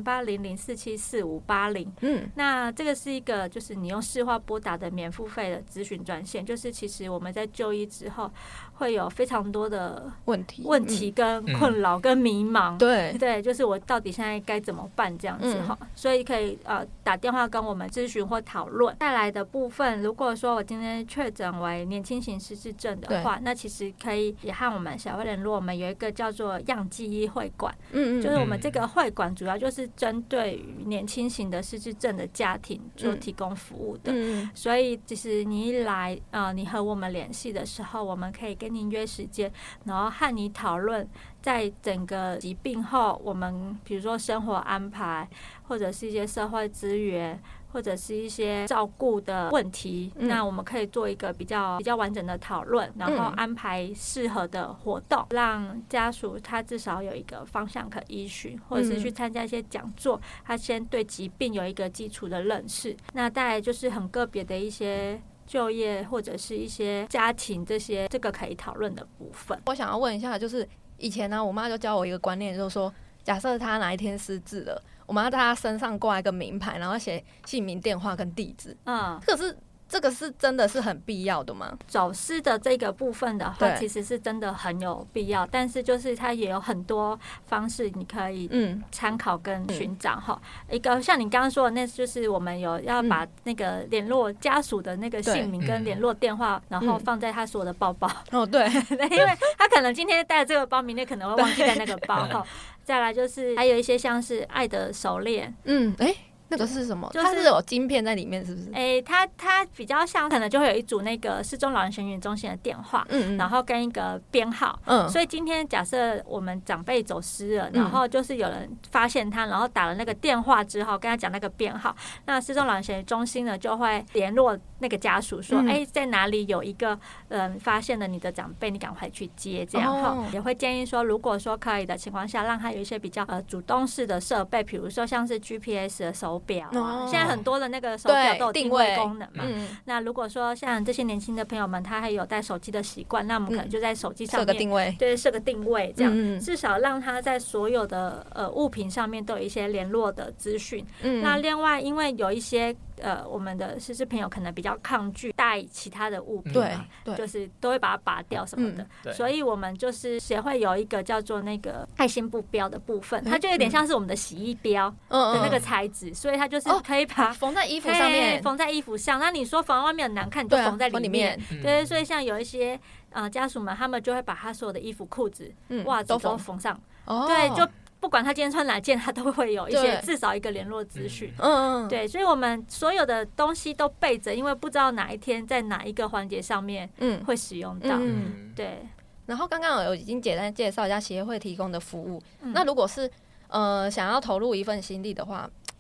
0800474580，那这个是一个就是你用市话拨打的免付费的咨询专线，就是其实我们在就医之后会有非常多的问题跟困扰跟迷茫，对，就是我到底现在该怎么办这样子所以可以打电话跟我们咨询或讨论。再来的部分，如果说我今天确诊为年轻型失智症的话，那其实可以也和我们协会联络，我们有一个叫做样记忆会馆，就是我们这个会馆主要就是针对于年轻型的失智症的家庭做提供服务的，所以其实你一来你和我们联系的时候，我们可以跟您约时间，然后和你讨论在整个疾病后，我们比如说生活安排，或者是一些社会资源，或者是一些照顾的问题，那我们可以做一个比较完整的讨论，然后安排适合的活动，让家属他至少有一个方向可依循，或者是去参加一些讲座，他先对疾病有一个基础的认识。那再来就是很个别的一些就业或者是一些家庭这个可以讨论的部分。 我想要问一下，就是以前呢，我妈就教我一个观念，就是说假设她哪一天失智了，我们要在她身上挂一个名牌，然后写姓名、电话跟地址。可是这个是真的是很必要的吗？ 走失的这个部分的话，其实是真的很有必要，但是就是它也有很多方式你可以参考跟寻找一个像你刚刚说的，那就是我们有要把那个联络家属的那个姓名跟联络电话，然后放在他所有的包包。 对， 因为他可能今天带这个包，明天可能会忘记带那个包。再来就是还有一些像是爱的手链， 那个是什么？它是有晶片在里面，是不是？ 它比较像，可能就会有一组那个失踪老人宣言中心的电话，然后跟一个编号，所以今天假设我们长辈走失了，然后就是有人发现他，然后打了那个电话之后，跟他讲那个编号，那失踪老人宣言中心呢就会联络那个家属说，在哪里有一个人发现了你的长辈，你赶快去接，这样也会建议说，如果说可以的情况下，让他有一些比较主动式的设备，比如说像是 GPS 的手表现在很多的那个手表都有定位功能嘛。那如果说像这些年轻的朋友们，他还有带手机的习惯，那我们可能就在手机上面设个定位， 对，设个定位，这样至少让他在所有的物品上面都有一些联络的资讯。那另外，因为有一些我们的失智朋友可能比较抗拒带其他的物品嘛，就是都会把它拔掉什么的，所以我们就是协会有一个叫做那个爱心布标的部分，它就有点像是我们的洗衣标的那个材质，所以它就是可以把缝在衣服上面， 缝在衣服上。那你说缝在外面很难看，你就缝在里面。对，所以像有一些家属们，他们就会把他所有的衣服、裤子、袜子都缝上。对，就不管他今天穿哪件，他都会有一些至少一个联络资讯。对，所以我们所有的东西都备着，因为不知道哪一天在哪一个环节上面会使用到。对。 然后刚刚有已经简单介绍一下协会提供的服务。那如果是想要投入一份心力的话，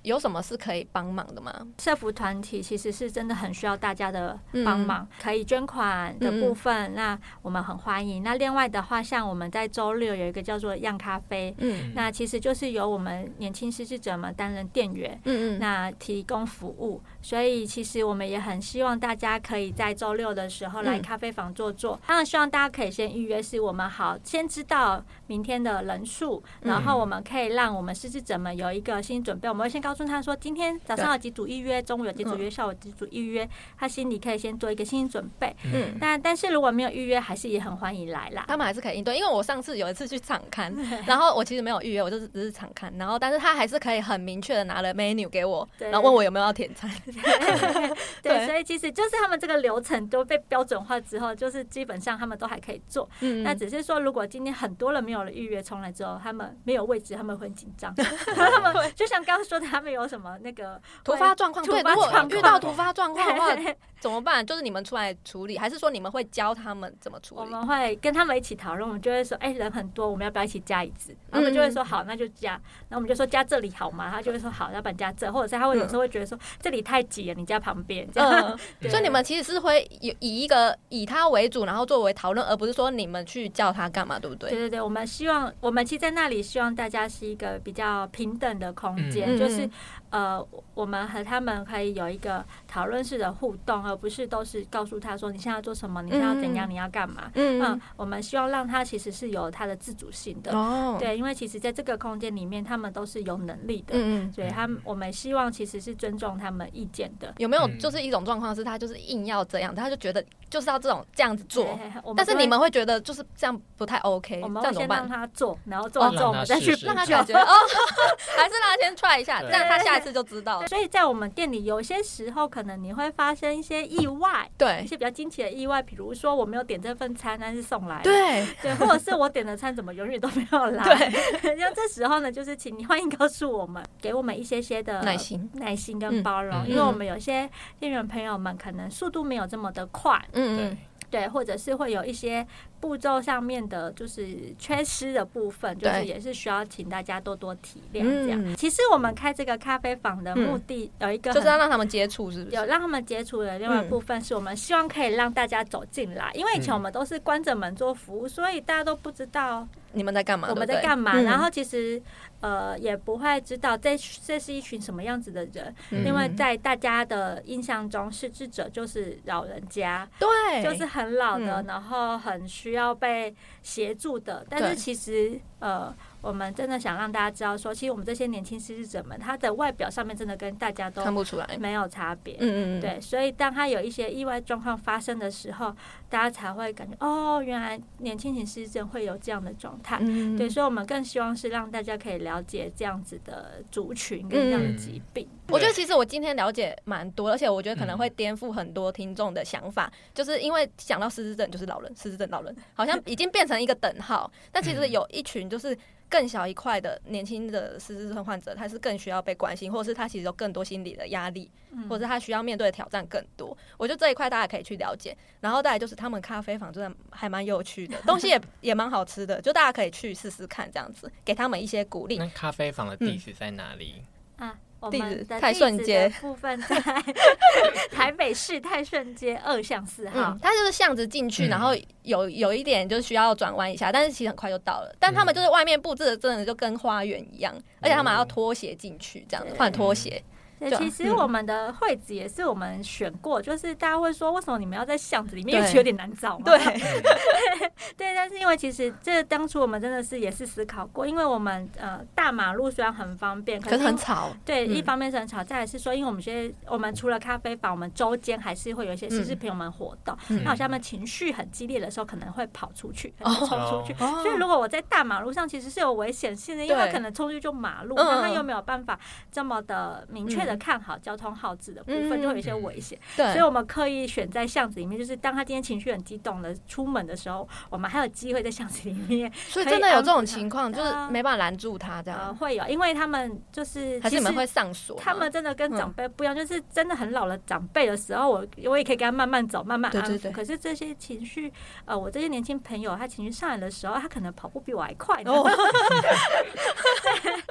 有什么是可以帮忙的吗？ 社福团体其实是真的很需要大家的帮忙，可以捐款的部分，那我们很欢迎。那另外的话，像我们在周六有一个叫做样咖啡，那其实就是由我们年轻失智者们担任店员，那提供服务。所以其实我们也很希望大家可以在周六的时候来咖啡坊坐坐。当然希望大家可以先预约，是我们好先知道明天的人数，然后我们可以让我们失智者们有一个心理准备。我们会先告诉他说，今天早上有几组预约，中午有几组预约，下午有几组预约，他心里可以先做一个心理准备。但是如果没有预约，还是也很欢迎来啦。 他们还是可以应对，因为我上次有一次去场勘，然后我其实没有预约，我就是只是场勘，然后但是他还是可以很明确的拿了 menu 给我，然后问我有没有要填餐。 对，所以其实就是他们这个流程都被标准化之后，就是基本上他们都还可以做。那只是说，如果今天很多人没有了预约冲来之后，他们没有位置，他们会很紧张。他们就像刚刚说的，他们有什么那个突发状况，对，如果遇到突发状况的话怎么办？就是你们出来处理，还是说你们会教他们怎么处理？ 我们会跟他们一起讨论，我们就会说，人很多，我们要不要一起加椅子？他们就会说好，那就加。然后我们就说加这里好吗？他就会说好，要不然加这，或者是他会有时候会觉得说这里太挤了，你加旁边这样。 所以你们其实是会以他为主，然后作为讨论，而不是说你们去叫他干嘛，对不对？ 对对对，我们希望我们其实在那里希望大家是一个比较平等的空间，就是我们和他们可以有一个讨论式的互动，而不是都是告诉他说你现在要做什么，你现在要怎样，你要干嘛。我们希望让他其实是有他的自主性的。对，因为其实在这个空间里面，他们都是有能力的，所以我们希望其实是尊重他们意见的。 有没有就是一种状况是他就是硬要这样，他就觉得就是要这样子做，但是你们会觉得就是这样不太 OK， 我们会先让他做，然后做完之后我们再去让他觉得还是让他先 try 一下，这样他下一次就知道了。 所以在我们店里有些时候可能你会发生一些意外， 对， 一些比较惊奇的意外，比如说我没有点这份餐，但是送来了， 对， 或者是我点的餐怎么永远都没有来，对，像这时候呢，就是请你欢迎告诉我们，给我们一些的耐心跟包容，因为我们有些店员朋友们可能速度没有这么的快，对，或者是会有一些步骤上面的，就是缺失的部分，就是也是需要请大家多多体谅。这样，其实我们开这个咖啡坊的目的有一个， 就是要让他们接触，是不是？ 有让他们接触的另外一部分是我们希望可以让大家走进来，因为以前我们都是关着门做服务，所以大家都不知道你们在干嘛， 我们在干嘛，然后其实也不会知道这是一群什么样子的人，因为在大家的印象中，失智者就是老人家， 对， 就是很老的，然后很需要被协助的。但是其实我们真的想让大家知道说，其实我们这些年轻失智者们，他的外表上面真的跟大家都看不出来， 没有差别。对，所以当他有一些意外状况发生的时候，大家才会感觉原来年轻型失智症会有这样的状态。对，所以我们更希望是让大家可以了解这样子的族群跟这样的疾病。 我觉得其实我今天了解蛮多，而且我觉得可能会颠覆很多听众的想法，就是因为想到失智症就是老人，失智症老人好像已经变成一个等号，但其实有一群就是更小一块的年轻的失智症患者，他是更需要被关心，或者是他其实有更多心理的压力，或者是他需要面对的挑战更多。我觉得这一块大家可以去了解。然后再来就是他们咖啡坊真的还蛮有趣的，东西也蛮好吃的，就大家可以去试试看，这样子给他们一些鼓励。 那咖啡坊的地址在哪里？ 地址泰顺街部分在台北市泰顺街2巷4号， 它就是巷子进去，然后有一点就需要转弯一下，但是其实很快就到了。但他们就是外面布置的真的就跟花园一样，而且他们还要拖鞋进去，这样子换拖鞋。 其实我们的会址也是我们选过，就是大家会说为什么你们要在巷子里面，因为有点难找嘛。对，但是因为其实这当初我们真的是也是思考过，因为我们大马路虽然很方便， 可是很吵。 对，一方面是很吵，再来是说，因为我们除了咖啡坊，我们周间还是会有一些失智朋友们活动，那好像他们情绪很激烈的时候，可能会跑出去，冲出去。所以如果我在大马路上，其实是有危险性的，因为他可能冲出去就马路，那他又没有办法这么的明确的看好交通号志的部分，就会有一些危险。所以我们刻意选在巷子里面，就是当他今天情绪很激动的出门的时候，我们还有机会在巷子里面。 所以真的有这种情况，就是没办法拦住他这样。 会有，因为他们就是还是你们会上锁， 他们真的跟长辈不一样，就是真的很老的长辈的时候，我也可以跟他慢慢走，慢慢安抚。可是这些情绪，我这些年轻朋友，他情绪上来的时候，他可能跑步比我还快的。所以大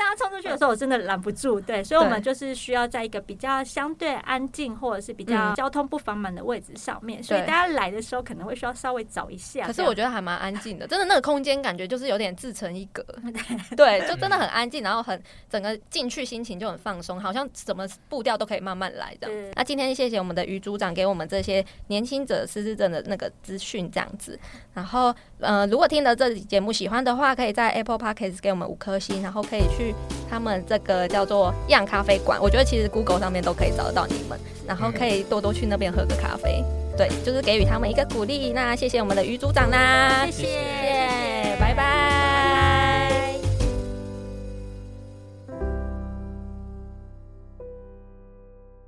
当他冲出去的时候，我真的拦不住，对，所以我们就是需要在一个比较相对安静或者是比较交通不繁忙的位置上面，所以大家来的时候可能会需要稍微找一下。 可是我觉得还蛮安静的，真的那个空间感觉就是有点自成一格，对，就真的很安静，然后很整个进去心情就很放松，好像什么步调都可以慢慢来这样。那今天谢谢我们的于组长给我们这些年轻者失智症的那个资讯这样子，然后如果听了这集节目喜欢的话，可以在 Apple Podcast 给我们5颗星，然后可以去他们这个叫做样咖啡馆，我觉得其实 Google 上面都可以找得到你们，然后可以多多去那边喝个咖啡，对，就是给予他们一个鼓励。那谢谢我们的于组长啦， 谢谢。